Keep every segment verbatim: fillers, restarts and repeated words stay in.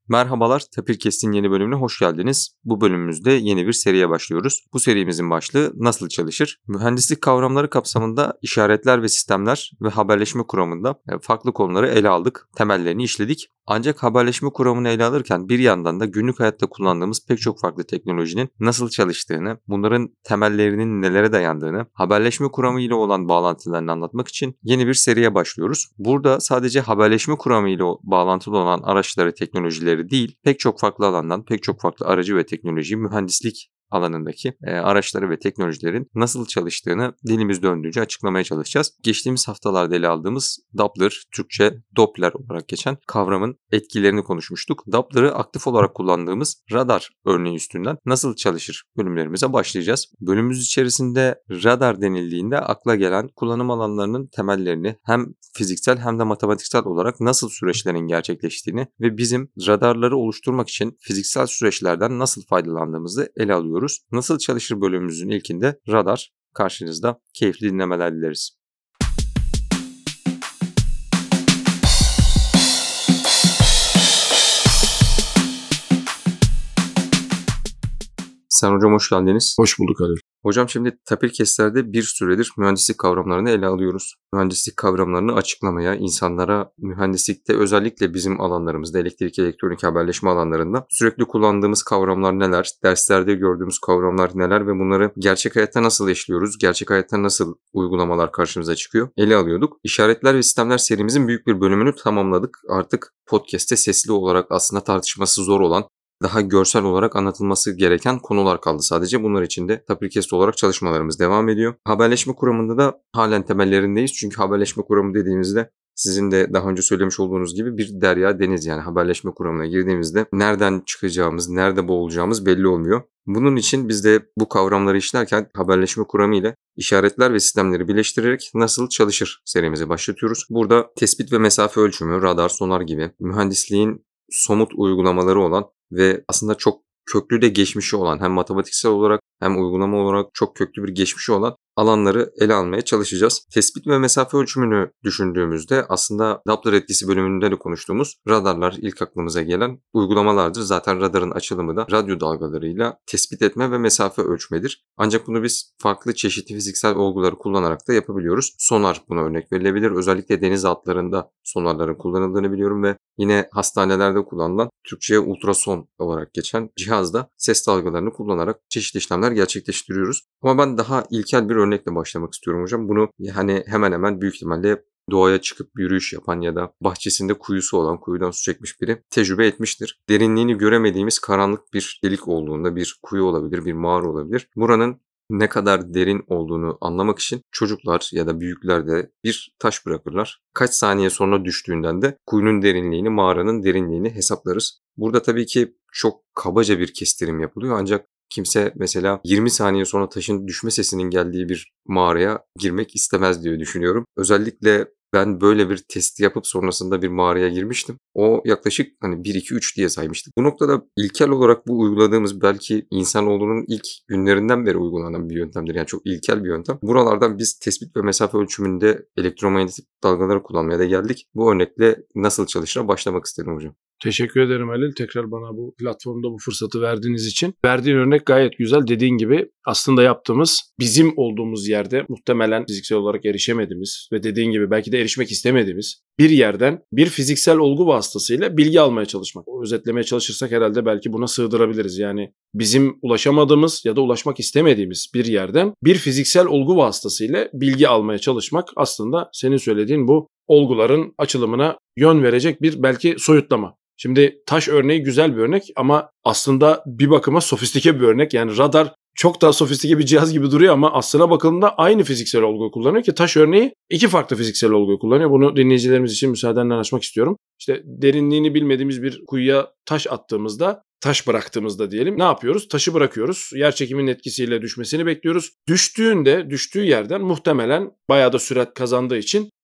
Merhabalar, Tapirkest'in yeni bölümüne hoş geldiniz. Bu bölümümüzde yeni bir seriye başlıyoruz. Bu serimizin başlığı nasıl çalışır? Mühendislik kavramları kapsamında işaretler ve sistemler ve haberleşme kuramında farklı konuları ele aldık, temellerini işledik. Ancak haberleşme kuramını ele alırken bir yandan da günlük hayatta kullandığımız pek çok farklı teknolojinin nasıl çalıştığını, bunların temellerinin nelere dayandığını, haberleşme kuramı ile olan bağlantılarını anlatmak için yeni bir seriye başlıyoruz. Burada sadece haberleşme kuramı ile bağlantılı olan araçları, teknolojileri değil, pek çok farklı alandan, pek çok farklı aracı ve teknolojiyi mühendislik alanındaki e, araçları ve teknolojilerin nasıl çalıştığını dilimiz döndüğünce açıklamaya çalışacağız. Geçtiğimiz haftalarda ele aldığımız Doppler, Türkçe Doppler olarak geçen kavramın etkilerini konuşmuştuk. Doppler'ı aktif olarak kullandığımız radar örneği üstünden nasıl çalışır bölümlerimize başlayacağız. Bölümümüz içerisinde radar denildiğinde akla gelen kullanım alanlarının temellerini hem fiziksel hem de matematiksel olarak nasıl süreçlerin gerçekleştiğini ve bizim radarları oluşturmak için fiziksel süreçlerden nasıl faydalandığımızı ele alıyoruz. Nasıl çalışır bölümümüzün ilkinde radar karşınızda. Keyifli dinlemeler dileriz. Sen hocam hoş geldiniz. Hoş bulduk Halil. Hocam şimdi Tapirkest'lerde bir süredir mühendislik kavramlarını ele alıyoruz. Mühendislik kavramlarını açıklamaya, insanlara mühendislikte özellikle bizim alanlarımızda elektrik, elektronik, haberleşme alanlarında sürekli kullandığımız kavramlar neler, derslerde gördüğümüz kavramlar neler ve bunları gerçek hayatta nasıl işliyoruz, gerçek hayatta nasıl uygulamalar karşımıza çıkıyor ele alıyorduk. İşaretler ve sistemler serimizin büyük bir bölümünü tamamladık. Artık podcast'te sesli olarak aslında tartışması zor olan, daha görsel olarak anlatılması gereken konular kaldı sadece. Bunlar için de Tapirkest olarak çalışmalarımız devam ediyor. Haberleşme kuramında da halen temellerindeyiz. Çünkü haberleşme kuramı dediğimizde sizin de daha önce söylemiş olduğunuz gibi bir derya deniz, yani haberleşme kuramına girdiğimizde nereden çıkacağımız, nerede boğulacağımız belli olmuyor. Bunun için biz de bu kavramları işlerken haberleşme kuramı ile işaretler ve sistemleri birleştirerek nasıl çalışır serimizi başlatıyoruz. Burada tespit ve mesafe ölçümü, radar, sonar gibi mühendisliğin somut uygulamaları olan ve aslında çok köklü de geçmişi olan, hem matematiksel olarak hem uygulama olarak çok köklü bir geçmişi olan alanları ele almaya çalışacağız. Tespit ve mesafe ölçümünü düşündüğümüzde aslında Doppler etkisi bölümünde de konuştuğumuz radarlar ilk aklımıza gelen uygulamalardır. Zaten radarın açılımı da radyo dalgalarıyla tespit etme ve mesafe ölçmedir. Ancak bunu biz farklı çeşitli fiziksel olguları kullanarak da yapabiliyoruz. Sonar buna örnek verilebilir. Özellikle deniz altlarında sonarların kullanıldığını biliyorum ve yine hastanelerde kullanılan Türkçe'ye ultrason olarak geçen cihazda ses dalgalarını kullanarak çeşitli işlemler gerçekleştiriyoruz. Ama ben daha ilkel bir örnekle başlamak istiyorum hocam. Bunu hani hemen hemen büyük ihtimalle doğaya çıkıp yürüyüş yapan ya da bahçesinde kuyusu olan, kuyudan su çekmiş biri tecrübe etmiştir. Derinliğini göremediğimiz karanlık bir delik olduğunda bir kuyu olabilir, bir mağara olabilir. Buranın ne kadar derin olduğunu anlamak için çocuklar ya da büyükler de bir taş bırakırlar. Kaç saniye sonra düştüğünden de kuyunun derinliğini, mağaranın derinliğini hesaplarız. Burada tabii ki çok kabaca bir kestirim yapılıyor, ancak kimse mesela yirmi saniye sonra taşın düşme sesinin geldiği bir mağaraya girmek istemez diye düşünüyorum. Özellikle ben böyle bir testi yapıp sonrasında bir mağaraya girmiştim. O yaklaşık hani bir, iki, üç diye saymıştık. Bu noktada ilkel olarak bu uyguladığımız belki insanoğlunun ilk günlerinden beri uygulanan bir yöntemdir. Yani çok ilkel bir yöntem. Buralardan biz tespit ve mesafe ölçümünde elektromanyetik dalgaları kullanmaya da geldik. Bu örnekle nasıl çalışır başlamak istedim hocam. Teşekkür ederim Halil. Tekrar bana bu platformda bu fırsatı verdiğiniz için. Verdiğin örnek gayet güzel. Dediğin gibi aslında yaptığımız bizim olduğumuz yerde muhtemelen fiziksel olarak erişemediğimiz ve dediğin gibi belki de erişmek istemediğimiz bir yerden bir fiziksel olgu vasıtasıyla bilgi almaya çalışmak. O özetlemeye çalışırsak herhalde belki buna sığdırabiliriz. Yani bizim ulaşamadığımız ya da ulaşmak istemediğimiz bir yerden bir fiziksel olgu vasıtasıyla bilgi almaya çalışmak aslında senin söylediğin bu olguların açılımına yön verecek bir belki soyutlama. Şimdi taş örneği güzel bir örnek ama aslında bir bakıma sofistike bir örnek. Yani radar çok daha sofistike bir cihaz gibi duruyor ama aslına bakıldığında aynı fiziksel olguyu kullanıyor ki taş örneği iki farklı fiziksel olguyu kullanıyor. Bunu dinleyicilerimiz için müsaadenle açmak istiyorum. İşte derinliğini bilmediğimiz bir kuyuya taş attığımızda, taş bıraktığımızda diyelim ne yapıyoruz? Taşı bırakıyoruz. Yerçekiminin etkisiyle düşmesini bekliyoruz. Düştüğünde, düştüğü yerden muhtemelen bayağı da sürat kazandığı için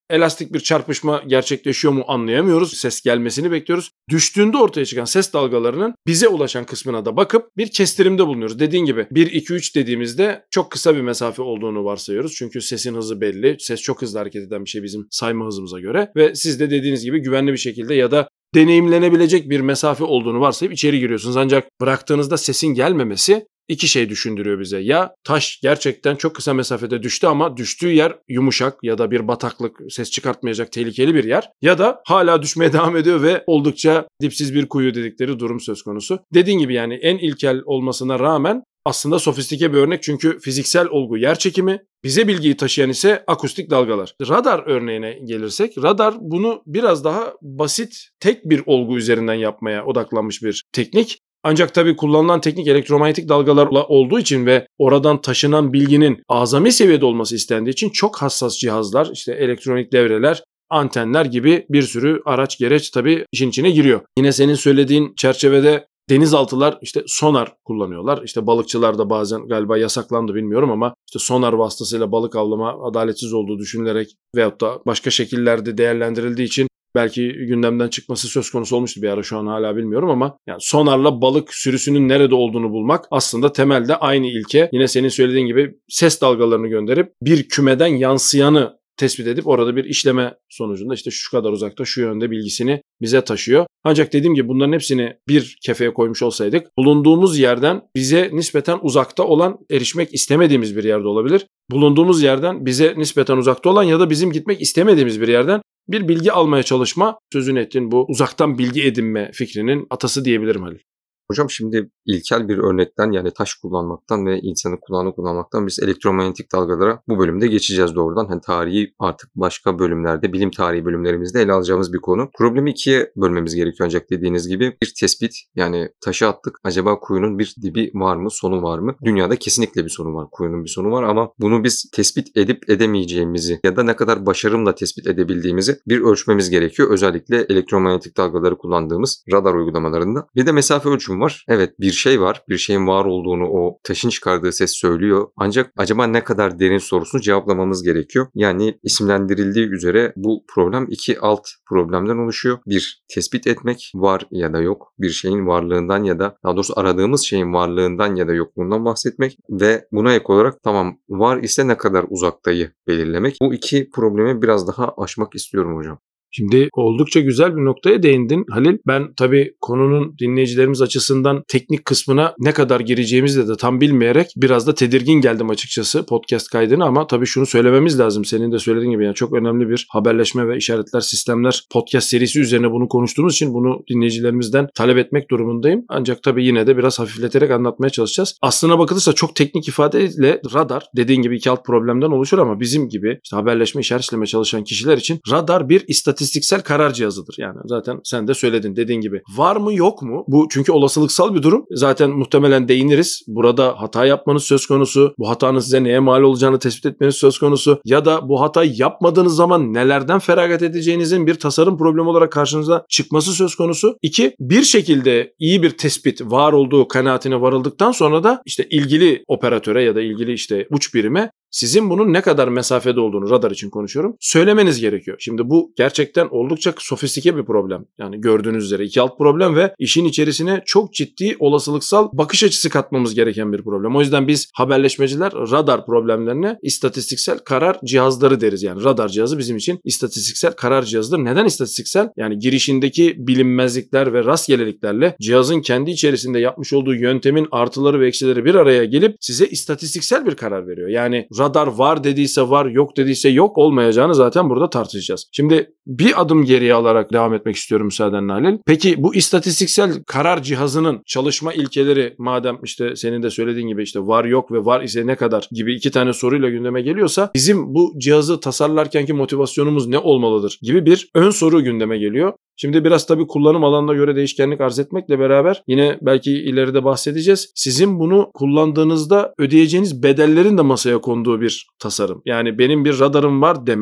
elastik bir çarpışma gerçekleşiyor mu anlayamıyoruz. Ses gelmesini bekliyoruz. Düştüğünde ortaya çıkan ses dalgalarının bize ulaşan kısmına da bakıp bir kestirimde bulunuyoruz. Dediğin gibi bir iki üç dediğimizde çok kısa bir mesafe olduğunu varsayıyoruz. Çünkü sesin hızı belli. Ses çok hızlı hareket eden bir şey bizim sayma hızımıza göre ve siz de dediğiniz gibi güvenli bir şekilde ya da deneyimlenebilecek bir mesafe olduğunu varsayıp içeri giriyorsunuz. Ancak bıraktığınızda sesin gelmemesi iki şey düşündürüyor bize. Ya taş gerçekten çok kısa mesafede düştü ama düştüğü yer yumuşak ya da bir bataklık, ses çıkartmayacak tehlikeli bir yer. Ya da hala düşmeye devam ediyor ve oldukça dipsiz bir kuyu dedikleri durum söz konusu. Dediğin gibi yani en ilkel olmasına rağmen aslında sofistike bir örnek çünkü fiziksel olgu yerçekimi, bize bilgiyi taşıyan ise akustik dalgalar. Radar örneğine gelirsek, radar bunu biraz daha basit tek bir olgu üzerinden yapmaya odaklanmış bir teknik. Ancak tabii kullanılan teknik elektromanyetik dalgalarla olduğu için ve oradan taşınan bilginin azami seviyede olması istendiği için çok hassas cihazlar, işte elektronik devreler, antenler gibi bir sürü araç gereç tabii işin içine giriyor. Yine senin söylediğin çerçevede denizaltılar işte sonar kullanıyorlar. İşte balıkçılar da bazen galiba yasaklandı bilmiyorum ama işte sonar vasıtasıyla balık avlama adaletsiz olduğu düşünülerek veyahut da başka şekillerde değerlendirildiği için belki gündemden çıkması söz konusu olmuştu bir ara, şu an hala bilmiyorum ama yani sonarla balık sürüsünün nerede olduğunu bulmak aslında temelde aynı ilke. Yine senin söylediğin gibi ses dalgalarını gönderip bir kümeden yansıyanı tespit edip orada bir işleme sonucunda işte şu kadar uzakta şu yönde bilgisini bize taşıyor. Ancak dediğim gibi bunların hepsini bir kefeye koymuş olsaydık bulunduğumuz yerden bize nispeten uzakta olan, erişmek istemediğimiz bir yerde olabilir. Bulunduğumuz yerden bize nispeten uzakta olan ya da bizim gitmek istemediğimiz bir yerden bir bilgi almaya çalışma, sözünü ettiğin bu uzaktan bilgi edinme fikrinin atası diyebilirim Halil. Hocam şimdi ilkel bir örnekten yani taş kullanmaktan ve insanın kulağını kullanmaktan biz elektromanyetik dalgalara bu bölümde geçeceğiz doğrudan. Hani tarihi artık başka bölümlerde, bilim tarihi bölümlerimizde ele alacağımız bir konu. Problemi ikiye bölmemiz gerekiyor ancak dediğiniz gibi bir tespit, yani taşı attık. Acaba kuyunun bir dibi var mı, sonu var mı? Dünyada kesinlikle bir sonu var. Kuyunun bir sonu var ama bunu biz tespit edip edemeyeceğimizi ya da ne kadar başarımla tespit edebildiğimizi bir ölçmemiz gerekiyor. Özellikle elektromanyetik dalgaları kullandığımız radar uygulamalarında. Bir de mesafe ölçümü var. Evet, bir şey var. Bir şeyin var olduğunu o taşın çıkardığı ses söylüyor. Ancak acaba ne kadar derin sorusunu cevaplamamız gerekiyor. Yani isimlendirildiği üzere bu problem iki alt problemden oluşuyor. Bir, tespit etmek, var ya da yok. Bir şeyin varlığından ya da daha doğrusu aradığımız şeyin varlığından ya da yokluğundan bahsetmek ve buna ek olarak tamam var ise ne kadar uzaktayı belirlemek. Bu iki problemi biraz daha aşmak istiyorum hocam. Şimdi oldukça güzel bir noktaya değindin Halil. Ben tabii konunun dinleyicilerimiz açısından teknik kısmına ne kadar gireceğimizi de tam bilmeyerek biraz da tedirgin geldim açıkçası podcast kaydına, ama tabii şunu söylememiz lazım. Senin de söylediğin gibi yani çok önemli bir haberleşme ve işaretler sistemler podcast serisi üzerine bunu konuştuğumuz için bunu dinleyicilerimizden talep etmek durumundayım. Ancak tabii yine de biraz hafifleterek anlatmaya çalışacağız. Aslına bakılırsa çok teknik ifadeyle radar dediğin gibi iki alt problemden oluşur ama bizim gibi işte haberleşme işaretleme çalışan kişiler için radar bir istatistik İstatistiksel karar cihazıdır. Yani zaten sen de söyledin dediğin gibi. Var mı yok mu? Bu çünkü olasılıksal bir durum. Zaten muhtemelen değiniriz. Burada hata yapmanız söz konusu. Bu hatanın size neye mal olacağını tespit etmeniz söz konusu. Ya da bu hatayı yapmadığınız zaman nelerden feragat edeceğinizin bir tasarım problemi olarak karşınıza çıkması söz konusu. İki, bir şekilde iyi bir tespit var olduğu kanaatine varıldıktan sonra da işte ilgili operatöre ya da ilgili işte uç birime sizin bunun ne kadar mesafede olduğunu, radar için konuşuyorum, söylemeniz gerekiyor. Şimdi bu gerçekten oldukça sofistike bir problem. Yani gördüğünüz üzere iki alt problem ve işin içerisine çok ciddi olasılıksal bakış açısı katmamız gereken bir problem. O yüzden biz haberleşmeciler radar problemlerine istatistiksel karar cihazları deriz. Yani radar cihazı bizim için istatistiksel karar cihazıdır. Neden istatistiksel? Yani girişindeki bilinmezlikler ve rastgeleliklerle cihazın kendi içerisinde yapmış olduğu yöntemin artıları ve eksileri bir araya gelip size istatistiksel bir karar veriyor. Yani radar var dediyse var, yok dediyse yok olmayacağını zaten burada tartışacağız. Şimdi bir adım geriye alarak devam etmek istiyorum müsaadenle Halil. Peki bu istatistiksel karar cihazının çalışma ilkeleri, madem işte senin de söylediğin gibi işte var yok ve var ise ne kadar gibi iki tane soruyla gündeme geliyorsa bizim bu cihazı tasarlarkenki motivasyonumuz ne olmalıdır gibi bir ön soru gündeme geliyor. Şimdi biraz tabii kullanım alanına göre değişkenlik arz etmekle beraber yine belki ileride bahsedeceğiz. Sizin bunu kullandığınızda ödeyeceğiniz bedellerin de masaya konduğu bir tasarım. Yani benim bir radarım var demek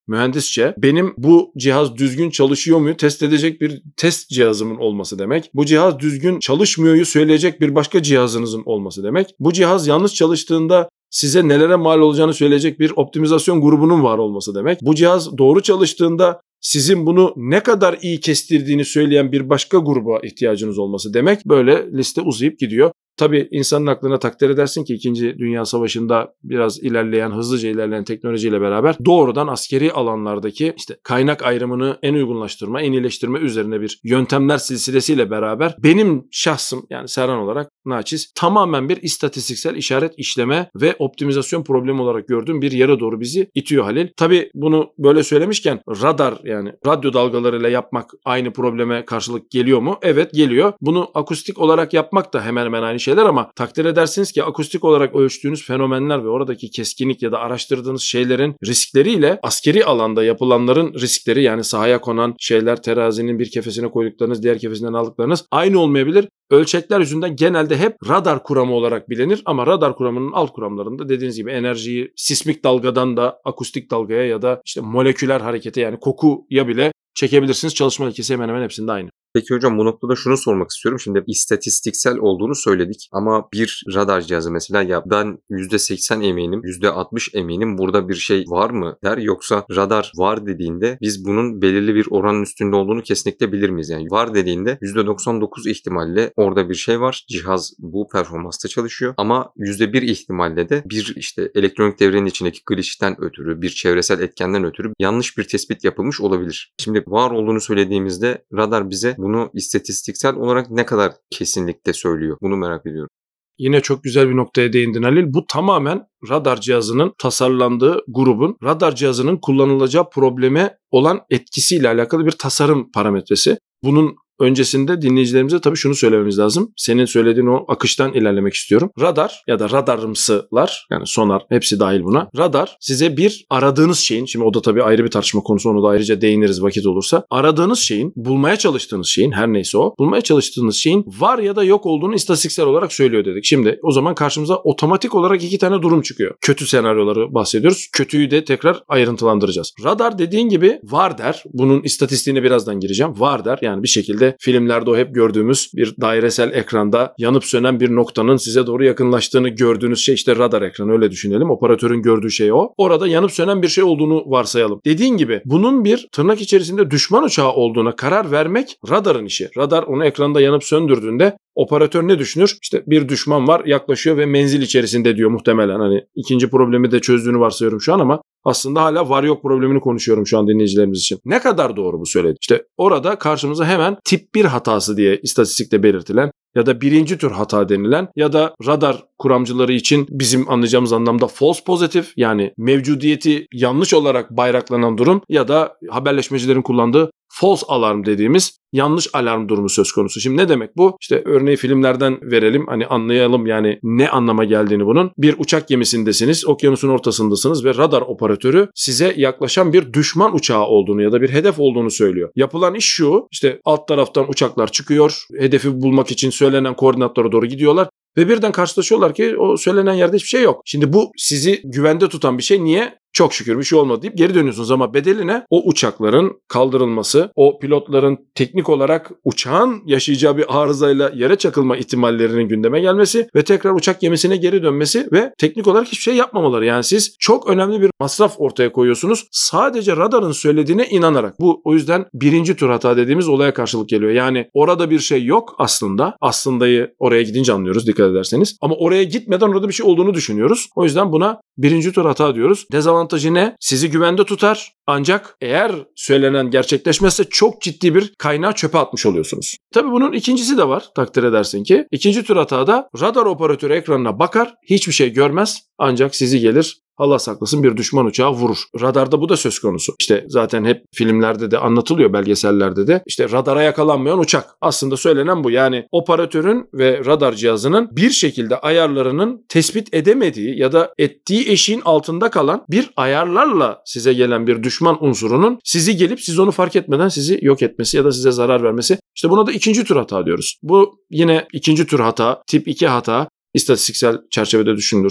mühendisçe benim bu cihaz düzgün çalışıyor muyu test edecek bir test cihazımın olması demek. Bu cihaz düzgün çalışmıyoryu söyleyecek bir başka cihazınızın olması demek. Bu cihaz yanlış çalıştığında size nelere mal olacağını söyleyecek bir optimizasyon grubunun var olması demek. Bu cihaz doğru çalıştığında sizin bunu ne kadar iyi kestirdiğini söyleyen bir başka gruba ihtiyacınız olması demek. Böyle liste uzayıp gidiyor. Tabii insanın aklına takdir edersin ki İkinci Dünya Savaşı'nda biraz ilerleyen, hızlıca ilerleyen teknolojiyle beraber doğrudan askeri alanlardaki işte kaynak ayrımını en uygunlaştırma, en iyileştirme üzerine bir yöntemler silsilesiyle beraber benim şahsım yani Serhan olarak naçiz tamamen bir istatistiksel işaret işleme ve optimizasyon problemi olarak gördüğüm bir yere doğru bizi itiyor Halil. Tabii bunu böyle söylemişken radar yani radyo dalgalarıyla yapmak aynı probleme karşılık geliyor mu? Evet geliyor. Bunu akustik olarak yapmak da hemen hemen aynı şeyler ama takdir edersiniz ki akustik olarak ölçtüğünüz fenomenler ve oradaki keskinlik ya da araştırdığınız şeylerin riskleriyle askeri alanda yapılanların riskleri yani sahaya konan şeyler terazinin bir kefesine koyduklarınız diğer kefesinden aldıklarınız aynı olmayabilir. Ölçekler yüzünden genelde hep radar kuramı olarak bilinir ama radar kuramının alt kuramlarında dediğiniz gibi enerjiyi sismik dalgadan da akustik dalgaya ya da işte moleküler harekete yani kokuya bile çekebilirsiniz. Çalışma ilkesi hemen hemen hepsinde aynı. Peki hocam bu noktada şunu sormak istiyorum. Şimdi istatistiksel olduğunu söyledik ama bir radar cihazı mesela ya ben yüzde seksen eminim, yüzde altmış eminim burada bir şey var mı der yoksa radar var dediğinde biz bunun belirli bir oranın üstünde olduğunu kesinlikle bilir miyiz? Yani var dediğinde yüzde doksan dokuz ihtimalle orada bir şey var. Cihaz bu performansta çalışıyor ama yüzde bir ihtimalle de bir işte elektronik devrenin içindeki glitch'ten ötürü, bir çevresel etkenden ötürü yanlış bir tespit yapılmış olabilir. Şimdi var olduğunu söylediğimizde radar bize bunu istatistiksel olarak ne kadar kesinlikle söylüyor? Bunu merak ediyorum. Yine çok güzel bir noktaya değindin Halil. Bu tamamen radar cihazının tasarlandığı grubun radar cihazının kullanılacağı probleme olan etkisiyle alakalı bir tasarım parametresi. Bunun öncesinde dinleyicilerimize tabii şunu söylememiz lazım. Senin söylediğin o akıştan ilerlemek istiyorum. Radar ya da radarımsılar yani sonar hepsi dahil buna. Radar size bir aradığınız şeyin şimdi o da tabii ayrı bir tartışma konusu onu da ayrıca değiniriz vakit olursa. Aradığınız şeyin bulmaya çalıştığınız şeyin her neyse o bulmaya çalıştığınız şeyin var ya da yok olduğunu istatistiksel olarak söylüyor dedik. Şimdi o zaman karşımıza otomatik olarak iki tane durum çıkıyor. Kötü senaryoları bahsediyoruz. Kötüyü de tekrar ayrıntılandıracağız. Radar dediğin gibi var der. Bunun istatistiğine birazdan gireceğim. Var der yani bir şekilde filmlerde o hep gördüğümüz bir dairesel ekranda yanıp sönen bir noktanın size doğru yakınlaştığını gördüğünüz şey işte radar ekranı öyle düşünelim. Operatörün gördüğü şey o. Orada yanıp sönen bir şey olduğunu varsayalım. Dediğin gibi bunun bir tırnak içerisinde düşman uçağı olduğuna karar vermek radarın işi. Radar onu ekranda yanıp söndürdüğünde operatör ne düşünür? İşte bir düşman var yaklaşıyor ve menzil içerisinde diyor muhtemelen. Hani ikinci problemi de çözdüğünü varsayıyorum şu an ama aslında hala var yok problemini konuşuyorum şu an dinleyicilerimiz için. Ne kadar doğru bu söyledi? İşte orada karşımıza hemen tip bir hatası diye istatistikte belirtilen ya da birinci tür hata denilen ya da radar kuramcıları için bizim anlayacağımız anlamda false pozitif yani mevcudiyeti yanlış olarak bayraklanan durum ya da haberleşmecilerin kullandığı false alarm dediğimiz yanlış alarm durumu söz konusu. Şimdi ne demek bu? İşte örneği filmlerden verelim hani anlayalım yani ne anlama geldiğini bunun. Bir uçak gemisindesiniz, okyanusun ortasındasınız ve radar operatörü size yaklaşan bir düşman uçağı olduğunu ya da bir hedef olduğunu söylüyor. Yapılan iş şu işte alt taraftan uçaklar çıkıyor, hedefi bulmak için söylenen koordinatlara doğru gidiyorlar. Ve birden karşılaşıyorlar ki o söylenen yerde hiçbir şey yok. Şimdi bu sizi güvende tutan bir şey. Niye? Çok şükür bir şey olmadı deyip geri dönüyorsunuz ama bedeli ne? O uçakların kaldırılması, o pilotların teknik olarak uçağın yaşayacağı bir arızayla yere çakılma ihtimallerinin gündeme gelmesi ve tekrar uçak gemisine geri dönmesi ve teknik olarak hiçbir şey yapmamaları. Yani siz çok önemli bir masraf ortaya koyuyorsunuz. Sadece radarın söylediğine inanarak. Bu o yüzden birinci tür hata dediğimiz olaya karşılık geliyor. Yani orada bir şey yok aslında. Aslındayı oraya gidince anlıyoruz dikkat ederseniz. Ama oraya gitmeden orada bir şey olduğunu düşünüyoruz. O yüzden buna birinci tür hata diyoruz. Dezavantajı ne? Sizi güvende tutar. Ancak eğer söylenen gerçekleşmezse çok ciddi bir kaynağı çöpe atmış oluyorsunuz. Tabii bunun ikincisi de var takdir edersin ki. İkinci tür hatada radar operatörü ekranına bakar, hiçbir şey görmez ancak sizi gelir Allah saklasın bir düşman uçağı vurur. Radarda bu da söz konusu. İşte zaten hep filmlerde de anlatılıyor belgesellerde de. İşte radara yakalanmayan uçak. Aslında söylenen bu. Yani operatörün ve radar cihazının bir şekilde ayarlarının tespit edemediği ya da ettiği eşiğin altında kalan bir ayarlarla size gelen bir düşman unsurunun sizi gelip siz onu fark etmeden sizi yok etmesi ya da size zarar vermesi. İşte buna da ikinci tür hata diyoruz. Bu yine ikinci tür hata, tip iki hata istatistiksel çerçevede düşünülürse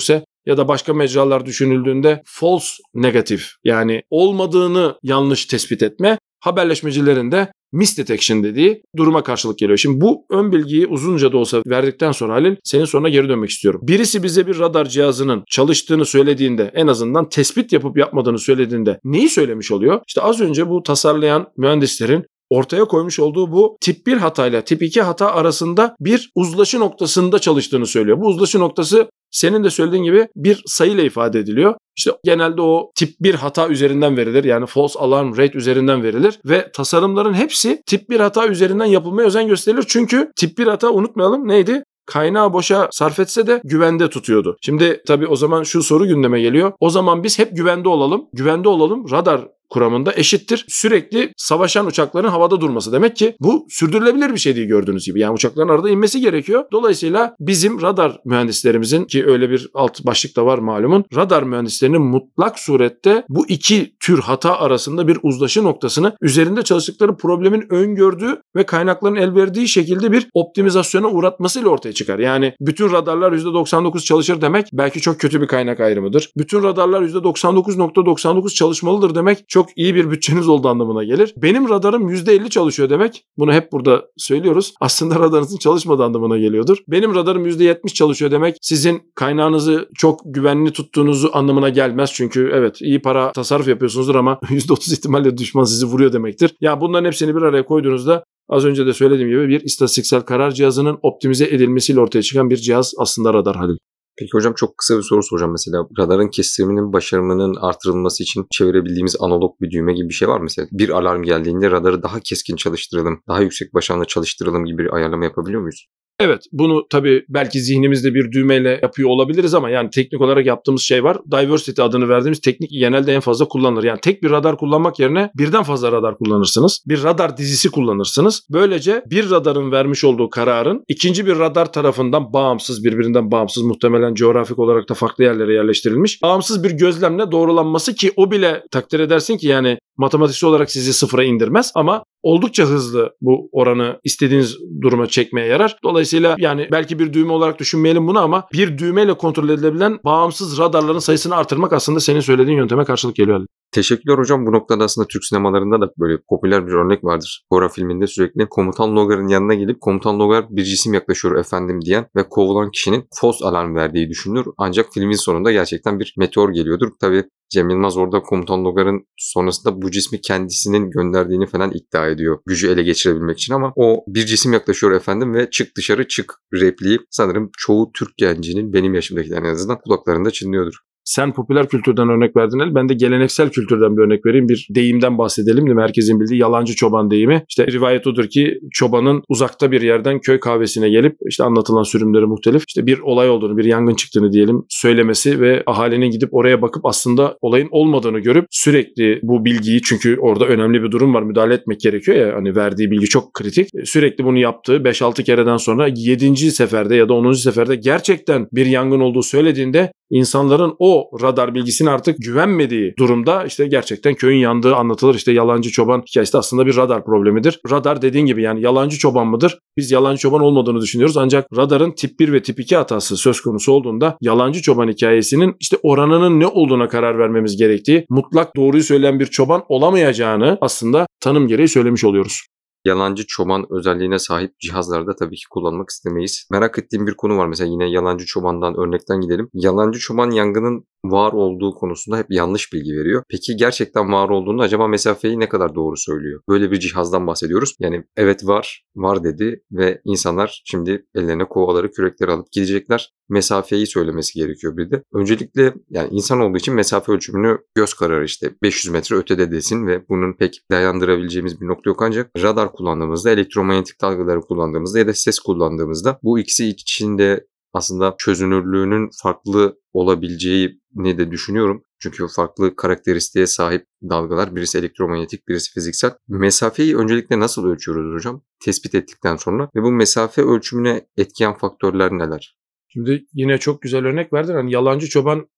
ya da başka mecralar düşünüldüğünde false negatif, yani olmadığını yanlış tespit etme, haberleşmecilerin de misdetection dediği duruma karşılık geliyor. Şimdi bu ön bilgiyi uzunca da olsa verdikten sonra Halil, senin soruna geri dönmek istiyorum. Birisi bize bir radar cihazının çalıştığını söylediğinde, en azından tespit yapıp yapmadığını söylediğinde neyi söylemiş oluyor? İşte az önce bu tasarlayan mühendislerin ortaya koymuş olduğu bu tip bir hatayla tip iki hata arasında bir uzlaşı noktasında çalıştığını söylüyor. Bu uzlaşı noktası senin de söylediğin gibi bir sayıyla ifade ediliyor. İşte genelde o tip bir hata üzerinden verilir. Yani false alarm rate üzerinden verilir ve tasarımların hepsi tip bir hata üzerinden yapılmaya özen gösterilir. Çünkü tip bir hata, unutmayalım, neydi? Kaynağı boşa sarf etse de güvende tutuyordu. Şimdi tabii o zaman şu soru gündeme geliyor. O zaman biz hep güvende olalım. Güvende olalım radar kuramında eşittir sürekli savaşan uçakların havada durması. Demek ki bu sürdürülebilir bir şey değil gördüğünüz gibi. Yani uçakların arada inmesi gerekiyor. Dolayısıyla bizim radar mühendislerimizin, ki öyle bir alt başlık da var malumun, radar mühendislerinin mutlak surette bu iki tür hata arasında bir uzlaşı noktasını, üzerinde çalıştıkları problemin öngördüğü ve kaynakların el verdiği şekilde bir optimizasyona uğratmasıyla ortaya çıkar. Yani bütün radarlar yüzde doksan dokuz çalışır demek belki çok kötü bir kaynak ayrımıdır. Bütün radarlar yüzde doksan dokuz nokta doksan dokuz çalışmalıdır demek çok iyi bir bütçeniz olduğu anlamına gelir. Benim radarım yüzde elli çalışıyor demek, bunu hep burada söylüyoruz, aslında radarınızın çalışmadığı anlamına geliyordur. Benim radarım yüzde yetmiş çalışıyor demek sizin kaynağınızı çok güvenli tuttuğunuzu anlamına gelmez. Çünkü evet, iyi para tasarruf yapıyorsunuzdur ama yüzde otuz ihtimalle düşman sizi vuruyor demektir. Ya bunların hepsini bir araya koyduğunuzda az önce de söylediğim gibi bir istatistiksel karar cihazının optimize edilmesiyle ortaya çıkan bir cihaz aslında radar, Halil. Peki hocam, çok kısa bir soru soracağım. Mesela radarın kestiriminin başarımının artırılması için çevirebildiğimiz analog bir düğme gibi bir şey var mı? Mesela bir alarm geldiğinde radarı daha keskin çalıştıralım, daha yüksek başarıyla çalıştıralım gibi bir ayarlama yapabiliyor muyuz? Evet, bunu tabii belki zihnimizde bir düğmeyle yapıyor olabiliriz ama yani teknik olarak yaptığımız şey var. Diversity adını verdiğimiz teknik genelde en fazla kullanılır. Yani tek bir radar kullanmak yerine birden fazla radar kullanırsınız. Bir radar dizisi kullanırsınız. Böylece bir radarın vermiş olduğu kararın ikinci bir radar tarafından bağımsız, birbirinden bağımsız, muhtemelen coğrafik olarak da farklı yerlere yerleştirilmiş, bağımsız bir gözlemle doğrulanması, ki o bile takdir edersin ki yani matematiksel olarak sizi sıfıra indirmez ama oldukça hızlı bu oranı istediğiniz duruma çekmeye yarar. Dolayısıyla yani belki bir düğme olarak düşünmeyelim bunu ama bir düğmeyle kontrol edilebilen bağımsız radarların sayısını artırmak aslında senin söylediğin yönteme karşılık geliyor. Teşekkürler hocam. Bu noktada aslında Türk sinemalarında da böyle popüler bir örnek vardır. Gora filminde sürekli komutan Logar'ın yanına gelip komutan Logar bir cisim yaklaşıyor efendim diyen ve kovulan kişinin false alarm verdiği düşünülür. Ancak filmin sonunda gerçekten bir meteor geliyordur. Tabii Cem Yılmaz orada komutan Logar'ın sonrasında bu cismi kendisinin gönderdiğini falan iddia ediyor. Gücü ele geçirebilmek için, ama o bir cisim yaklaşıyor efendim ve çık dışarı çık repliği sanırım çoğu Türk gencinin, benim yaşımdakilerin en azından, kulaklarında çınlıyordur. Sen popüler kültürden örnek verdin El. Ben de geleneksel kültürden bir örnek vereyim. Bir deyimden bahsedelim değil mi? Herkesin bildiği yalancı çoban deyimi. İşte rivayet odur ki çobanın uzakta bir yerden köy kahvesine gelip işte anlatılan sürümleri muhtelif, İşte bir olay olduğunu, bir yangın çıktığını diyelim söylemesi ve ahalinin gidip oraya bakıp aslında olayın olmadığını görüp sürekli bu bilgiyi, çünkü orada önemli bir durum var, müdahale etmek gerekiyor ya, hani verdiği bilgi çok kritik. Sürekli bunu yaptığı beş altı kereden sonra yedinci seferde ya da onuncu seferde gerçekten bir yangın olduğu söylediğinde insanların o radar bilgisine artık güvenmediği durumda işte gerçekten köyün yandığı anlatılır. İşte yalancı çoban hikayesi de aslında bir radar problemidir. Radar dediğin gibi yani yalancı çoban mıdır? Biz yalancı çoban olmadığını düşünüyoruz. Ancak radarın tip bir ve tip iki hatası söz konusu olduğunda yalancı çoban hikayesinin işte oranının ne olduğuna karar vermemiz gerektiği, mutlak doğruyu söyleyen bir çoban olamayacağını aslında tanım gereği söylemiş oluyoruz. Yalancı çoban özelliğine sahip cihazlarda tabii ki kullanmak istemeyiz. Merak ettiğim bir konu var. Mesela yine yalancı çobandan örnekten gidelim. Yalancı çoban yangının var olduğu konusunda hep yanlış bilgi veriyor. Peki gerçekten var olduğunda acaba mesafeyi ne kadar doğru söylüyor? Böyle bir cihazdan bahsediyoruz. Yani evet var, var dedi ve insanlar şimdi ellerine kovaları, kürekleri alıp gidecekler. Mesafeyi söylemesi gerekiyor bir de. Öncelikle yani insan olduğu için mesafe ölçümünü göz kararı işte beş yüz metre ötede desin ve bunun pek dayandırabileceğimiz bir nokta yok, ancak radar kullandığımızda, elektromanyetik dalgaları kullandığımızda ya da ses kullandığımızda bu ikisi içinde aslında çözünürlüğünün farklı olabileceğini de düşünüyorum. Çünkü farklı karakteristiğe sahip dalgalar, birisi elektromanyetik, birisi fiziksel. Mesafeyi öncelikle nasıl ölçüyoruz hocam? Tespit ettikten sonra ve bu mesafe ölçümüne etkileyen faktörler neler? Şimdi yine çok güzel örnek verdin. Hani yalancı çoban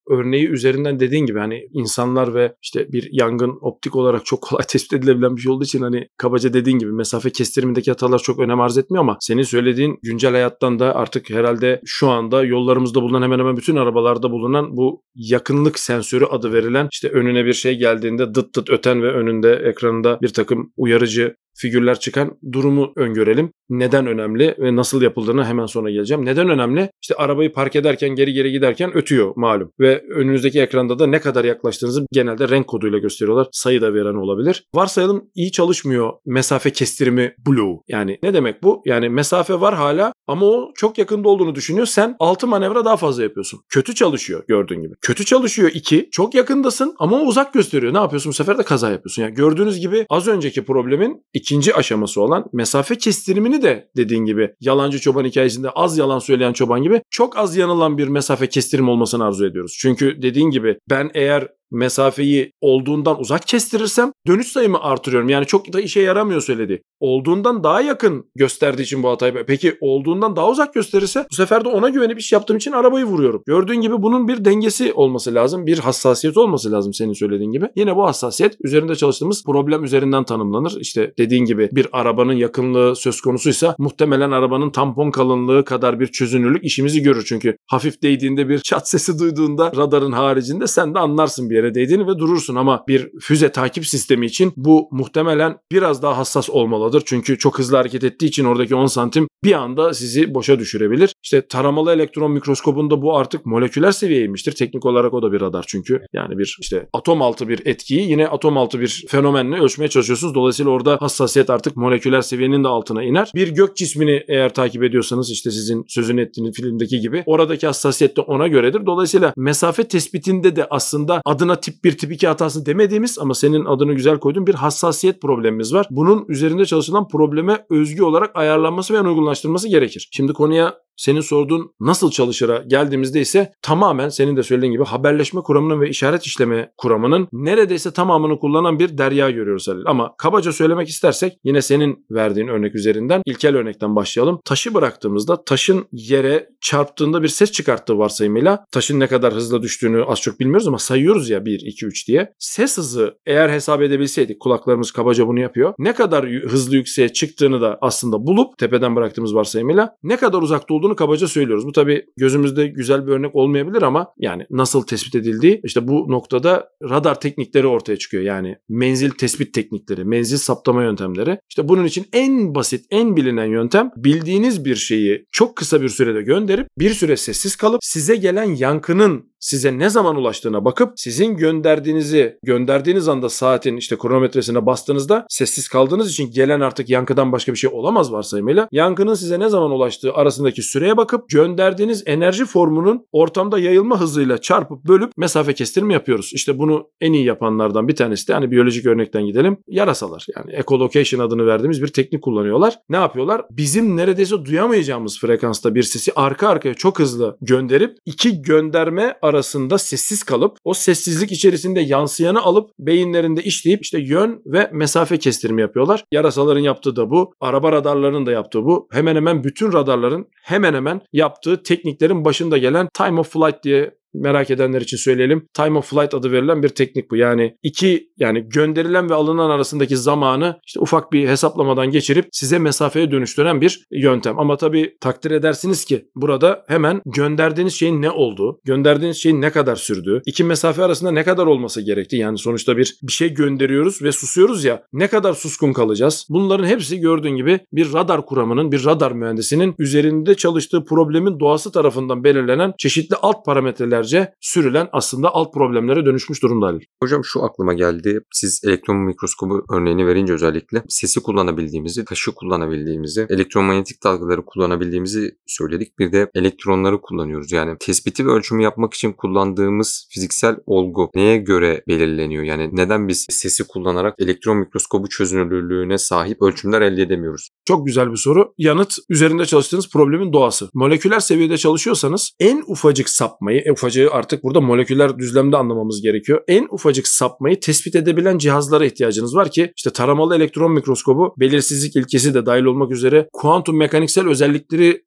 örneği üzerinden dediğin gibi hani insanlar ve işte bir yangın optik olarak çok kolay tespit edilebilen bir şey olduğu için hani kabaca dediğin gibi mesafe kestirimindeki hatalar çok önem arz etmiyor ama senin söylediğin güncel hayattan da artık herhalde şu anda yollarımızda bulunan hemen hemen bütün arabalarda bulunan bu yakınlık sensörü adı verilen işte önüne bir şey geldiğinde dıt dıt öten ve önünde ekranında bir takım uyarıcı figürler çıkan durumu öngörelim. Neden önemli ve nasıl yapıldığını hemen sonra geleceğim. Neden önemli? İşte arabayı park ederken geri geri giderken ötüyor malum. Ve önünüzdeki ekranda da ne kadar yaklaştığınızı genelde renk koduyla gösteriyorlar. Sayı da veren olabilir. Varsayalım iyi çalışmıyor mesafe kestirimi bloğu. Yani ne demek bu? Yani mesafe var hala ama o çok yakında olduğunu düşünüyor. Sen altı manevra daha fazla yapıyorsun. Kötü çalışıyor gördüğün gibi. Kötü çalışıyor iki. Çok yakındasın ama o uzak gösteriyor. Ne yapıyorsun? Bu sefer de kaza yapıyorsun. Yani gördüğünüz gibi az önceki problemin ikinci aşaması olan mesafe kestirimini de dediğin gibi yalancı çoban hikayesinde az yalan söyleyen çoban gibi çok az yanılan bir mesafe kestirimi olmasını arzu ediyoruz. Çünkü dediğin gibi ben eğer mesafeyi olduğundan uzak kestirirsem dönüş sayımı artırıyorum. Yani çok da işe yaramıyor söyledi. Olduğundan daha yakın gösterdiği için bu hatayı. Peki olduğundan daha uzak gösterirse bu sefer de ona güvenip iş yaptığım için arabayı vuruyorum. Gördüğün gibi bunun bir dengesi olması lazım. Bir hassasiyet olması lazım senin söylediğin gibi. Yine bu hassasiyet üzerinde çalıştığımız problem üzerinden tanımlanır. İşte dediğin gibi bir arabanın yakınlığı söz konusuysa muhtemelen arabanın tampon kalınlığı kadar bir çözünürlük işimizi görür. Çünkü hafif değdiğinde bir çat sesi duyduğunda radarın haricinde sen de anlarsın bir yere değdiğini ve durursun ama bir füze takip sistemi için bu muhtemelen biraz daha hassas olmalıdır. Çünkü çok hızlı hareket ettiği için oradaki on santim bir anda sizi boşa düşürebilir. İşte taramalı elektron mikroskobunda bu artık moleküler seviyeymiştir. Teknik olarak o da bir radar çünkü. Yani bir işte atom altı bir etkiyi yine atom altı bir fenomenle ölçmeye çalışıyorsunuz. Dolayısıyla orada hassasiyet artık moleküler seviyenin de altına iner. Bir gök cismini eğer takip ediyorsanız işte sizin sözünü ettiğiniz filmdeki gibi oradaki hassasiyet de ona göredir. Dolayısıyla mesafe tespitinde de aslında adına tip bir tip iki hatası demediğimiz ama senin adını güzel koyduğun bir hassasiyet problemimiz var. Bunun üzerinde çalışılan probleme özgü olarak ayarlanması ve uygulanlaştırılması gerekir. Şimdi konuya senin sorduğun nasıl çalışıra geldiğimizde ise tamamen senin de söylediğin gibi haberleşme kuramının ve işaret işleme kuramının neredeyse tamamını kullanan bir derya görüyoruz Halil. Ama kabaca söylemek istersek yine senin verdiğin örnek üzerinden ilkel örnekten başlayalım. Taşı bıraktığımızda taşın yere çarptığında bir ses çıkarttığı varsayımıyla taşın ne kadar hızla düştüğünü az çok bilmiyoruz ama sayıyoruz ya bir, iki, üç diye. Ses hızı eğer hesap edebilseydik kulaklarımız kabaca bunu yapıyor. Ne kadar hızlı yükseğe çıktığını da aslında bulup tepeden bıraktığımız varsayımıyla ne kadar uzakta olduğunu kabaca söylüyoruz. Bu tabii gözümüzde güzel bir örnek olmayabilir ama yani nasıl tespit edildiği işte bu noktada radar teknikleri ortaya çıkıyor. Yani menzil tespit teknikleri, menzil saptama yöntemleri. İşte bunun için en basit, en bilinen yöntem bildiğiniz bir şeyi çok kısa bir sürede gönderip bir süre sessiz kalıp size gelen yankının size ne zaman ulaştığına bakıp sizin gönderdiğinizi gönderdiğiniz anda saatin işte kronometresine bastığınızda sessiz kaldığınız için gelen artık yankıdan başka bir şey olamaz varsayımıyla yankının size ne zaman ulaştığı arasındaki süreye bakıp gönderdiğiniz enerji formunun ortamda yayılma hızıyla çarpıp bölüp mesafe kestirimi yapıyoruz. İşte bunu en iyi yapanlardan bir tanesi de hani biyolojik örnekten gidelim. Yarasalar yani echolocation adını verdiğimiz bir teknik kullanıyorlar. Ne yapıyorlar? Bizim neredeyse duyamayacağımız frekansta bir sesi arka arkaya çok hızlı gönderip iki gönderme arasında sessiz kalıp o sessizlik içerisinde yansıyanı alıp beyinlerinde işleyip işte yön ve mesafe kestirimi yapıyorlar. Yarasaların yaptığı da bu. Araba radarlarının da yaptığı bu. Hemen hemen bütün radarların hemen hemen yaptığı tekniklerin başında gelen time of flight diye merak edenler için söyleyelim. Time of flight adı verilen bir teknik bu. Yani iki yani gönderilen ve alınan arasındaki zamanı işte ufak bir hesaplamadan geçirip size mesafeye dönüştüren bir yöntem. Ama tabii takdir edersiniz ki burada hemen gönderdiğiniz şeyin ne olduğu, gönderdiğiniz şeyin ne kadar sürdüğü, iki mesafe arasında ne kadar olması gerektiği. Yani sonuçta bir bir şey gönderiyoruz ve susuyoruz ya. Ne kadar suskun kalacağız? Bunların hepsi gördüğün gibi bir radar kuramının, bir radar mühendisinin üzerinde çalıştığı problemin doğası tarafından belirlenen çeşitli alt parametreler sürülen aslında alt problemlere dönüşmüş durumda Halil. Hocam şu aklıma geldi. Siz elektron mikroskobu örneğini verince özellikle sesi kullanabildiğimizi, taşı kullanabildiğimizi, elektromanyetik dalgaları kullanabildiğimizi söyledik. Bir de elektronları kullanıyoruz. Yani tespiti ve ölçümü yapmak için kullandığımız fiziksel olgu neye göre belirleniyor? Yani neden biz sesi kullanarak elektron mikroskobu çözünürlüğüne sahip ölçümler elde edemiyoruz? Çok güzel bir soru. Yanıt üzerinde çalıştığınız problemin doğası. Moleküler seviyede çalışıyorsanız en ufacık sapmayı, en ufacık artık burada moleküler düzlemde anlamamız gerekiyor. En ufacık sapmayı tespit edebilen cihazlara ihtiyacınız var ki işte taramalı elektron mikroskobu belirsizlik ilkesi de dahil olmak üzere kuantum mekaniksel özellikleri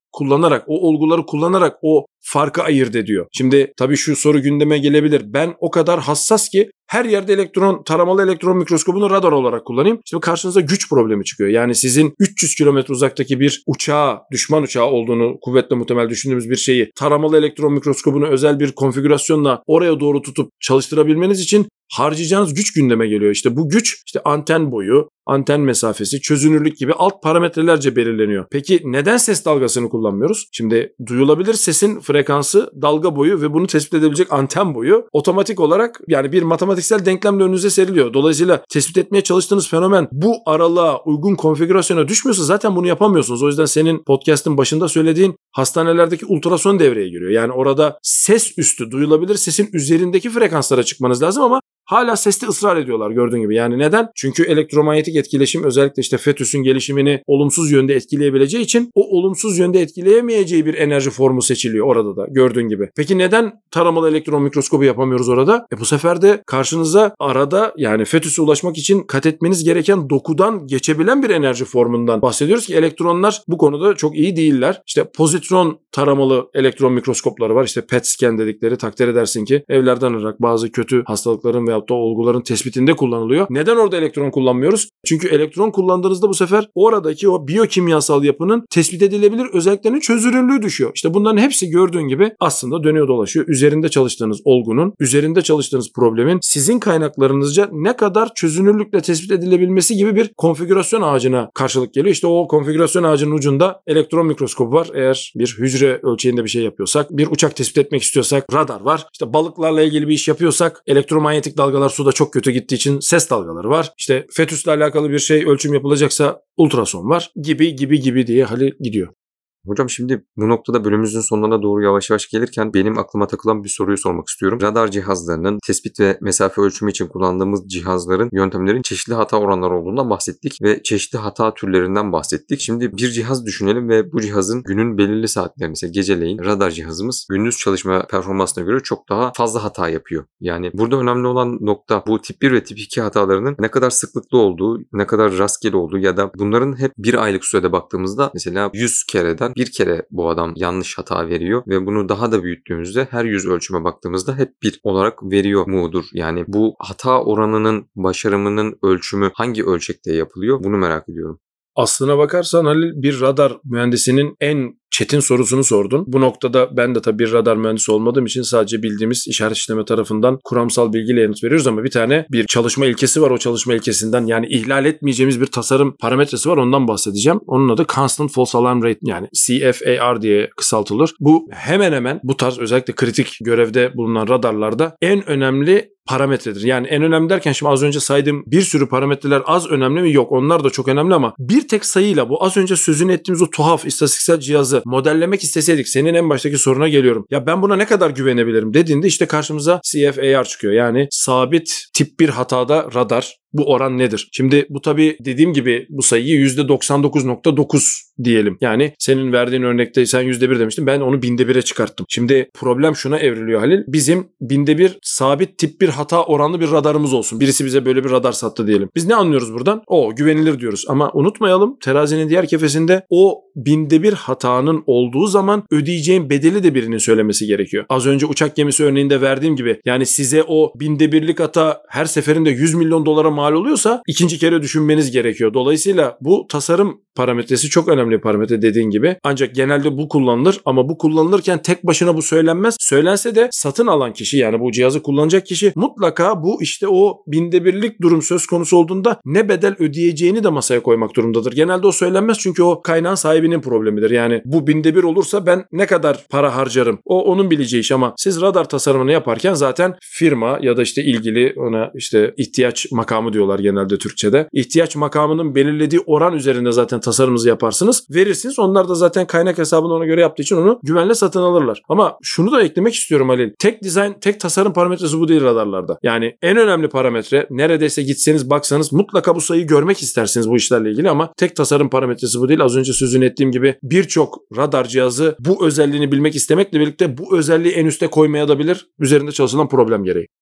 kullanarak, o olguları kullanarak o farkı ayırt ediyor. Şimdi tabii şu soru gündeme gelebilir. Ben o kadar hassas ki her yerde elektron, taramalı elektron mikroskobunu radar olarak kullanayım. Şimdi karşınıza güç problemi çıkıyor. Yani sizin üç yüz kilometre uzaktaki bir uçağı, düşman uçağı olduğunu kuvvetle muhtemel düşündüğümüz bir şeyi taramalı elektron mikroskobunu özel bir konfigürasyonla oraya doğru tutup çalıştırabilmeniz için harcayacağınız güç gündeme geliyor. İşte bu güç işte anten boyu, anten mesafesi, çözünürlük gibi alt parametrelerce belirleniyor. Peki neden ses dalgasını kullanmıyoruz? Şimdi duyulabilir sesin frekansı, dalga boyu ve bunu tespit edebilecek anten boyu otomatik olarak yani bir matematiksel denklemle önünüze seriliyor. Dolayısıyla tespit etmeye çalıştığınız fenomen bu aralığa uygun konfigürasyona düşmüyorsa zaten bunu yapamıyorsunuz. O yüzden senin podcast'ın başında söylediğin hastanelerdeki ultrason devreye giriyor. Yani orada ses üstü, duyulabilir sesin üzerindeki frekanslara çıkmanız lazım ama hala seste ısrar ediyorlar gördüğün gibi. Yani neden? Çünkü elektromanyetik etkileşim özellikle işte fetüsün gelişimini olumsuz yönde etkileyebileceği için o olumsuz yönde etkileyemeyeceği bir enerji formu seçiliyor orada da gördüğün gibi. Peki neden taramalı elektron mikroskobu yapamıyoruz orada? E bu sefer de karşınıza arada yani fetüse ulaşmak için kat etmeniz gereken dokudan geçebilen bir enerji formundan bahsediyoruz ki elektronlar bu konuda çok iyi değiller. İşte pozitron taramalı elektron mikroskopları var. İşte P E T scan dedikleri takdir edersin ki evlerden alarak bazı kötü hastalıkların veya da olguların tespitinde kullanılıyor. Neden orada elektron kullanmıyoruz? Çünkü elektron kullandığınızda bu sefer oradaki o biyokimyasal yapının tespit edilebilir özelliklerinin çözünürlüğü düşüyor. İşte bunların hepsi gördüğün gibi aslında dönüyor dolaşıyor. Üzerinde çalıştığınız olgunun, üzerinde çalıştığınız problemin sizin kaynaklarınızca ne kadar çözünürlükle tespit edilebilmesi gibi bir konfigürasyon ağacına karşılık geliyor. İşte o konfigürasyon ağacının ucunda elektron mikroskobu var. Eğer bir hücre ölçeğinde bir şey yapıyorsak, bir uçak tespit etmek istiyorsak radar var. İşte balıklarla ilgili bir iş yapıyorsak elektromanyetik dalgalar suda çok kötü gittiği için ses dalgaları var. İşte fetüsle alakalı bir şey ölçüm yapılacaksa ultrason var gibi gibi gibi diye hali gidiyor. Hocam şimdi bu noktada bölümümüzün sonlarına doğru yavaş yavaş gelirken benim aklıma takılan bir soruyu sormak istiyorum. Radar cihazlarının tespit ve mesafe ölçümü için kullandığımız cihazların, yöntemlerin çeşitli hata oranları olduğundan bahsettik ve çeşitli hata türlerinden bahsettik. Şimdi bir cihaz düşünelim ve bu cihazın günün belirli saatlerinde mesela geceleyin radar cihazımız gündüz çalışma performansına göre çok daha fazla hata yapıyor. Yani burada önemli olan nokta bu tip bir ve tip iki hatalarının ne kadar sıklıklı olduğu, ne kadar rastgele olduğu ya da bunların hep bir aylık sürede baktığımızda mesela yüz kereden bir kere bu adam yanlış hata veriyor ve bunu daha da büyüttüğümüzde her yüz ölçüme baktığımızda hep bir olarak veriyor mudur? Yani bu hata oranının başarımının ölçümü hangi ölçekte yapılıyor? Bunu merak ediyorum. Aslına bakarsan Halil bir radar mühendisinin en çetin sorusunu sordun. Bu noktada ben de tabii bir radar mühendisi olmadığım için sadece bildiğimiz işaret işleme tarafından kuramsal bilgiyle yanıt veriyoruz ama bir tane bir çalışma ilkesi var. O çalışma ilkesinden yani ihlal etmeyeceğimiz bir tasarım parametresi var. Ondan bahsedeceğim. Onun adı Constant False Alarm Rate yani C F A R diye kısaltılır. Bu hemen hemen bu tarz özellikle kritik görevde bulunan radarlarda en önemli parametredir. Yani en önemli derken şimdi az önce saydığım bir sürü parametreler az önemli mi? Yok. Onlar da çok önemli ama bir tek sayıyla bu az önce sözünü ettiğimiz o tuhaf istatistiksel cihazı modellemek isteseydik senin en baştaki soruna geliyorum. Ya ben buna ne kadar güvenebilirim dediğinde işte karşımıza C F A R çıkıyor. Yani sabit tip bir hatada radar. Bu oran nedir? Şimdi bu tabii dediğim gibi bu sayıyı yüzde doksan dokuz nokta dokuz diyelim. Yani senin verdiğin örnekte sen yüzde bir demiştin. Ben onu binde bire çıkarttım. Şimdi problem şuna evriliyor Halil. Bizim binde bir sabit tip bir hata oranlı bir radarımız olsun. Birisi bize böyle bir radar sattı diyelim. Biz ne anlıyoruz buradan? O güvenilir diyoruz. Ama unutmayalım terazinin diğer kefesinde o binde bir hatanın olduğu zaman ödeyeceğin bedeli de birinin söylemesi gerekiyor. Az önce uçak gemisi örneğinde verdiğim gibi yani size o binde birlik hata her seferinde yüz milyon dolara mal oluyorsa ikinci kere düşünmeniz gerekiyor. Dolayısıyla bu tasarım parametresi çok önemli bir parametre dediğin gibi. Ancak genelde bu kullanılır ama bu kullanılırken tek başına bu söylenmez. Söylense de satın alan kişi yani bu cihazı kullanacak kişi mutlaka bu işte o binde birlik durum söz konusu olduğunda ne bedel ödeyeceğini de masaya koymak durumundadır. Genelde o söylenmez çünkü o kaynağın sahibinin problemidir. Yani bu binde bir olursa ben ne kadar para harcarım? O onun bileceği iş ama siz radar tasarımını yaparken zaten firma ya da işte ilgili ona işte ihtiyaç makamı diyorlar genelde Türkçe'de. İhtiyaç makamının belirlediği oran üzerinde zaten tasarımınızı yaparsınız. Verirsiniz. Onlar da zaten kaynak hesabını ona göre yaptığı için onu güvenle satın alırlar. Ama şunu da eklemek istiyorum Halil. Tek dizayn, tek tasarım parametresi bu değil radarlarda. Yani en önemli parametre neredeyse gitseniz baksanız mutlaka bu sayıyı görmek istersiniz bu işlerle ilgili ama tek tasarım parametresi bu değil. Az önce sözünü ettiğim gibi birçok radar cihazı bu özelliğini bilmek istemekle birlikte bu özelliği en üste koymaya da bilir. Üzerinde çalışılan problem gereği.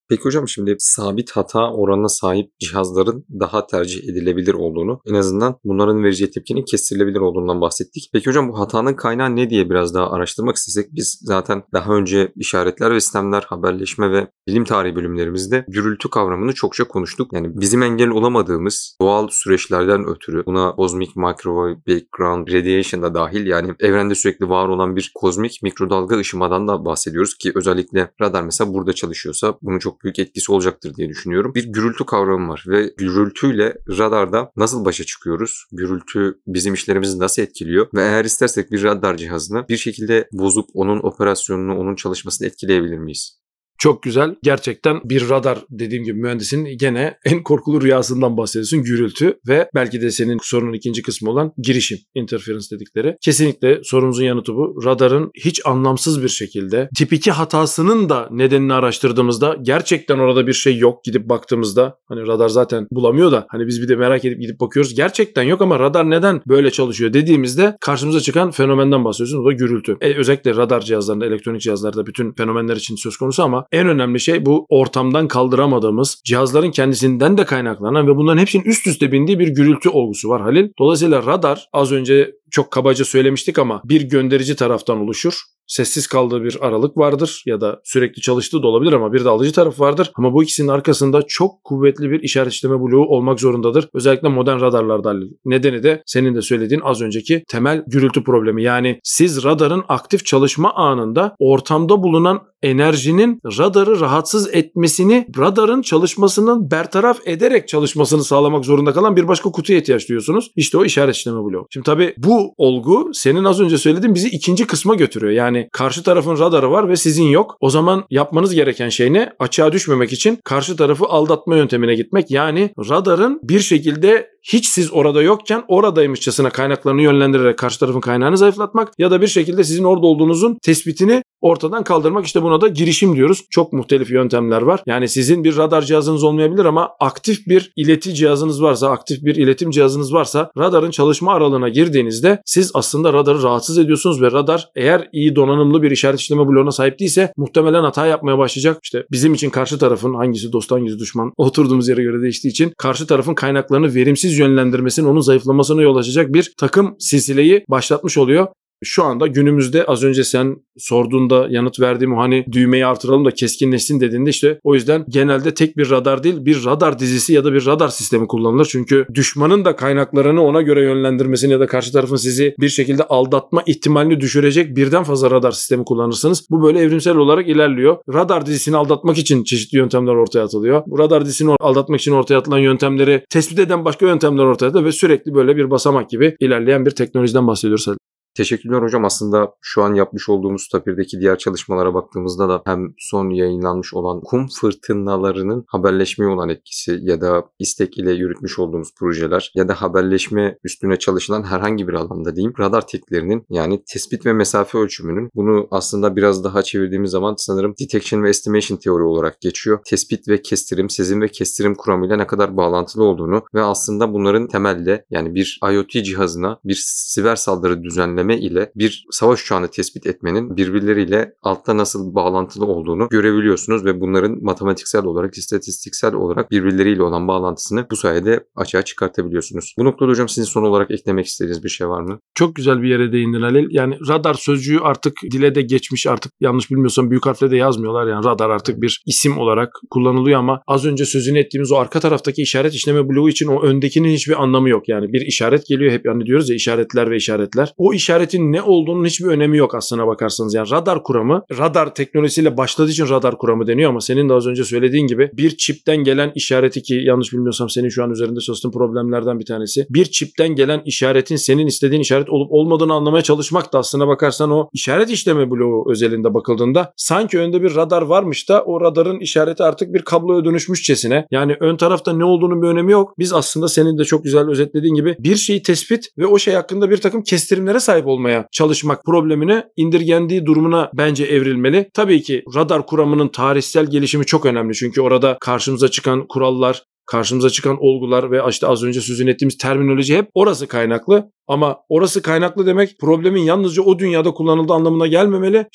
Peki hocam şimdi sabit hata oranına sahip cihazların daha tercih edilebilir olduğunu, en azından bunların vereceği tepkinin kestirilebilir olduğundan bahsettik. Peki hocam bu hatanın kaynağı ne diye biraz daha araştırmak istesek, biz zaten daha önce işaretler ve sistemler, haberleşme ve bilim tarihi bölümlerimizde gürültü kavramını çokça konuştuk. Yani bizim engel olamadığımız doğal süreçlerden ötürü, buna kozmik microwave background radiation da dahil, yani evrende sürekli var olan bir kozmik mikrodalga ışımadan da bahsediyoruz ki özellikle radar mesela burada çalışıyorsa bunun çok büyük etkisi olacaktır diye düşünüyorum. Bir gürültü kavramı var ve gürültüyle radarda nasıl başa çıkıyoruz? Gürültü bizim işlerimizi nasıl etkiliyor? Ve eğer istersek bir radar cihazını bir şekilde bozup onun operasyonunu, onun çalışmasını etkileyebilir miyiz? Çok güzel. Gerçekten bir radar, dediğim gibi mühendisinin gene en korkulu rüyasından bahsediyorsun. Gürültü ve belki de senin sorunun ikinci kısmı olan girişim, interference dedikleri. Kesinlikle sorumuzun yanıtı bu. Radarın hiç anlamsız bir şekilde tip iki hatasının da nedenini araştırdığımızda gerçekten orada bir şey yok. Gidip baktığımızda hani radar zaten bulamıyor da hani biz bir de merak edip gidip bakıyoruz. Gerçekten yok ama radar neden böyle çalışıyor dediğimizde karşımıza çıkan fenomenden bahsediyorsun. O da gürültü. E, özellikle radar cihazlarında, elektronik cihazlarda bütün fenomenler için söz konusu ama en önemli şey bu ortamdan kaldıramadığımız, cihazların kendisinden de kaynaklanan ve bunların hepsinin üst üste bindiği bir gürültü olgusu var Halil. Dolayısıyla radar, az önce çok kabaca söylemiştik ama bir gönderici taraftan oluşur. Sessiz kaldığı bir aralık vardır ya da sürekli çalıştığı da olabilir ama bir de alıcı taraf vardır. Ama bu ikisinin arkasında çok kuvvetli bir işaret işleme bloğu olmak zorundadır. Özellikle modern radarlarda. Nedeni de senin de söylediğin az önceki temel gürültü problemi. Yani siz radarın aktif çalışma anında ortamda bulunan enerjinin radarı rahatsız etmesini, radarın çalışmasını bertaraf ederek çalışmasını sağlamak zorunda kalan bir başka kutuya ihtiyaç duyuyorsunuz. İşte o işaret işleme bloğu. Şimdi tabii bu olgu senin az önce söylediğin bizi ikinci kısma götürüyor. Yani karşı tarafın radarı var ve sizin yok. O zaman yapmanız gereken şey ne? Açığa düşmemek için karşı tarafı aldatma yöntemine gitmek. Yani radarın bir şekilde hiç siz orada yokken oradaymışçasına kaynaklarını yönlendirerek karşı tarafın kaynağını zayıflatmak ya da bir şekilde sizin orada olduğunuzun tespitini ortadan kaldırmak. İşte buna da girişim diyoruz. Çok muhtelif yöntemler var. Yani sizin bir radar cihazınız olmayabilir ama aktif bir ileti cihazınız varsa, aktif bir iletim cihazınız varsa radarın çalışma aralığına girdiğinizde siz aslında radarı rahatsız ediyorsunuz ve radar eğer iyi donanımlı bir işaret işleme bloğuna sahip değilse muhtemelen hata yapmaya başlayacak. İşte bizim için karşı tarafın hangisi dost hangisi düşman oturduğumuz yere göre değiştiği için karşı tarafın kaynaklarını verimsiz yönlendirmesinin, onun zayıflamasına yol açacak bir takım silsileyi başlatmış oluyor. Şu anda günümüzde az önce sen sorduğunda yanıt verdiğim o hani düğmeyi artıralım da keskinleşsin dediğinde işte o yüzden genelde tek bir radar değil bir radar dizisi ya da bir radar sistemi kullanılır. Çünkü düşmanın da kaynaklarını ona göre yönlendirmesini ya da karşı tarafın sizi bir şekilde aldatma ihtimalini düşürecek birden fazla radar sistemi kullanırsınız. Bu böyle evrimsel olarak ilerliyor. Radar dizisini aldatmak için çeşitli yöntemler ortaya atılıyor. Bu radar dizisini aldatmak için ortaya atılan yöntemleri tespit eden başka yöntemler ortaya atılıyor ve sürekli böyle bir basamak gibi ilerleyen bir teknolojiden bahsediyoruz. Teşekkürler hocam. Aslında şu an yapmış olduğumuz TAPIR'deki diğer çalışmalara baktığımızda da hem son yayınlanmış olan kum fırtınalarının haberleşmeye olan etkisi ya da istek ile yürütmüş olduğumuz projeler ya da haberleşme üstüne çalışılan herhangi bir alanda diyeyim radar teklerinin yani tespit ve mesafe ölçümünün bunu aslında biraz daha çevirdiğimiz zaman sanırım detection ve estimation teori olarak geçiyor. Tespit ve kestirim, sezim ve kestirim kuramıyla ne kadar bağlantılı olduğunu ve aslında bunların temelde yani bir IoT cihazına bir siber saldırı düzenleme ile bir savaş uçağını tespit etmenin birbirleriyle altta nasıl bağlantılı olduğunu görebiliyorsunuz ve bunların matematiksel olarak, istatistiksel olarak birbirleriyle olan bağlantısını bu sayede açığa çıkartabiliyorsunuz. Bu noktada hocam sizin son olarak eklemek istediğiniz bir şey var mı? Çok güzel bir yere değindin Halil. Yani radar sözcüğü artık dile de geçmiş, artık yanlış bilmiyorsam büyük harfle de yazmıyorlar. Yani radar artık bir isim olarak kullanılıyor ama az önce sözünü ettiğimiz o arka taraftaki işaret işleme bloğu için o öndekinin hiçbir anlamı yok. Yani bir işaret geliyor, hep yani diyoruz ya işaretler ve işaretler. O işaret işaretin ne olduğunun hiçbir önemi yok aslına bakarsanız. Yani radar kuramı, radar teknolojisiyle başladığı için radar kuramı deniyor ama senin de az önce söylediğin gibi bir çipten gelen işareti ki yanlış bilmiyorsam senin şu an üzerinde çalıştığın problemlerden bir tanesi. Bir çipten gelen işaretin senin istediğin işaret olup olmadığını anlamaya çalışmak da aslına bakarsan o işaret işleme bloğu özelinde bakıldığında sanki önde bir radar varmış da o radarın işareti artık bir kabloya dönüşmüşçesine. Yani ön tarafta ne olduğunun bir önemi yok. Biz aslında senin de çok güzel özetlediğin gibi bir şeyi tespit ve o şey hakkında bir takım kestirimlere sahip olmaya çalışmak problemine indirgendiği durumuna bence evrilmeli. Tabii ki radar kuramının tarihsel gelişimi çok önemli. Çünkü orada karşımıza çıkan kurallar, karşımıza çıkan olgular ve işte az önce sözünü ettiğimiz terminoloji hep orası kaynaklı. Ama orası kaynaklı demek problemin yalnızca o dünyada kullanıldığı anlamına gelmemeli. İşte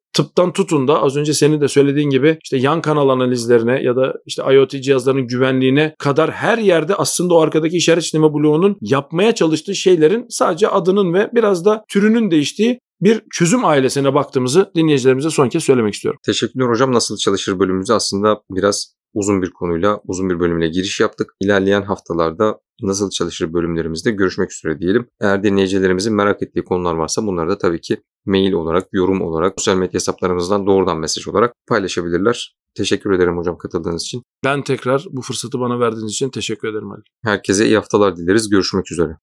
tıptan tutun da az önce senin de söylediğin gibi işte yan kanal analizlerine ya da işte IoT cihazlarının güvenliğine kadar her yerde aslında o arkadaki işaret işleme bloğunun yapmaya çalıştığı şeylerin sadece adının ve biraz da türünün değiştiği bir çözüm ailesine baktığımızı dinleyicilerimize son kez söylemek istiyorum. Teşekkürler hocam. Nasıl çalışır bölümümüzü aslında biraz uzun bir konuyla, uzun bir bölümle giriş yaptık. İlerleyen haftalarda nasıl çalışır bölümlerimizde görüşmek üzere diyelim. Eğer dinleyicilerimizin merak ettiği konular varsa bunları da tabii ki mail olarak, yorum olarak, sosyal medya hesaplarımızdan doğrudan mesaj olarak paylaşabilirler. Teşekkür ederim hocam katıldığınız için. Ben tekrar bu fırsatı bana verdiğiniz için teşekkür ederim Ali. Herkese iyi haftalar dileriz. Görüşmek üzere.